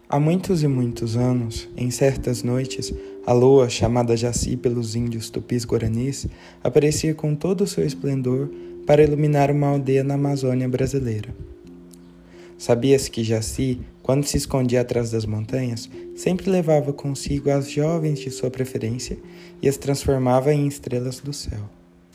Há muitos e muitos anos, em certas noites, a lua, chamada Jaci pelos índios tupis-guaranis, aparecia com todo o seu esplendor para iluminar uma aldeia na Amazônia brasileira. Sabia-se que Jaci, quando se escondia atrás das montanhas, sempre levava consigo as jovens de sua preferência e as transformava em estrelas do céu.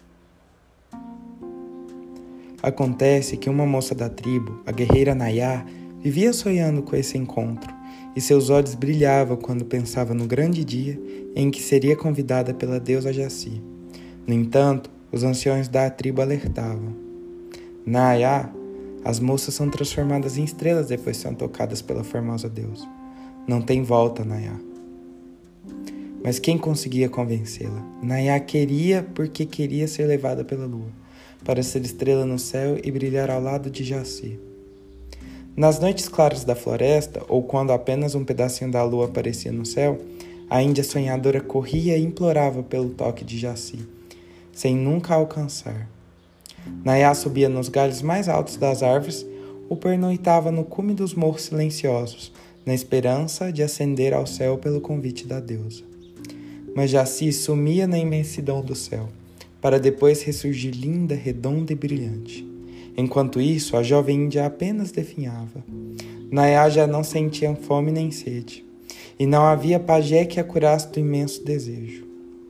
Acontece que uma moça da tribo, a guerreira Nayá, vivia sonhando com esse encontro, e seus olhos brilhavam quando pensava no grande dia em que seria convidada pela deusa Jaci. No entanto, os anciões da tribo alertavam. Nayá, as moças são transformadas em estrelas depois que são tocadas pela formosa deusa. Não tem volta, Nayá. Mas quem conseguia convencê-la? Nayá queria porque queria ser levada pela lua, para ser estrela no céu e brilhar ao lado de Jaci. Nas noites claras da floresta, ou quando apenas um pedacinho da lua aparecia no céu, a índia sonhadora corria e implorava pelo toque de Jaci, sem nunca alcançar. Nayá subia nos galhos mais altos das árvores ou pernoitava no cume dos morros silenciosos, na esperança de ascender ao céu pelo convite da deusa. Mas Jaci sumia na imensidão do céu, para depois ressurgir linda, redonda e brilhante. Enquanto isso, a jovem índia apenas definhava. Nayá já não sentia fome nem sede, e não havia pajé que a curasse do imenso desejo.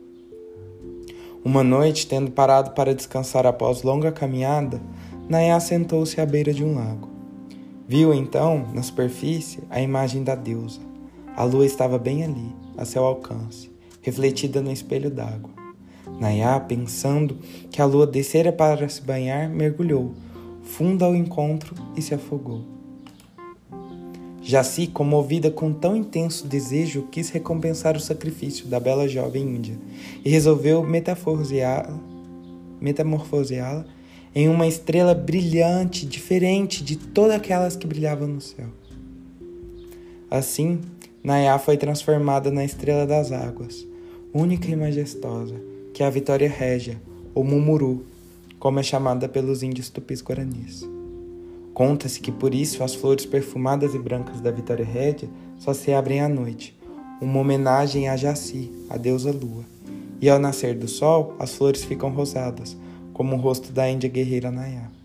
Uma noite, tendo parado para descansar após longa caminhada, Nayá sentou-se à beira de um lago. Viu então, na superfície, a imagem da deusa. A lua estava bem ali, a seu alcance, refletida no espelho d'água. Nayá, pensando que a lua descera para se banhar, mergulhou, fundo ao encontro e se afogou. Jaci, comovida com tão intenso desejo, quis recompensar o sacrifício da bela jovem índia e resolveu metamorfoseá-la em uma estrela brilhante, diferente de todas aquelas que brilhavam no céu. Assim, Nayá foi transformada na estrela das águas, única e majestosa, que é a Vitória Régia, ou Mumuru, como é chamada pelos índios tupis-guaranis. Conta-se que por isso as flores perfumadas e brancas da Vitória Régia só se abrem à noite, uma homenagem a Jaci, a deusa lua. E ao nascer do sol, as flores ficam rosadas, como o rosto da índia guerreira Nayá.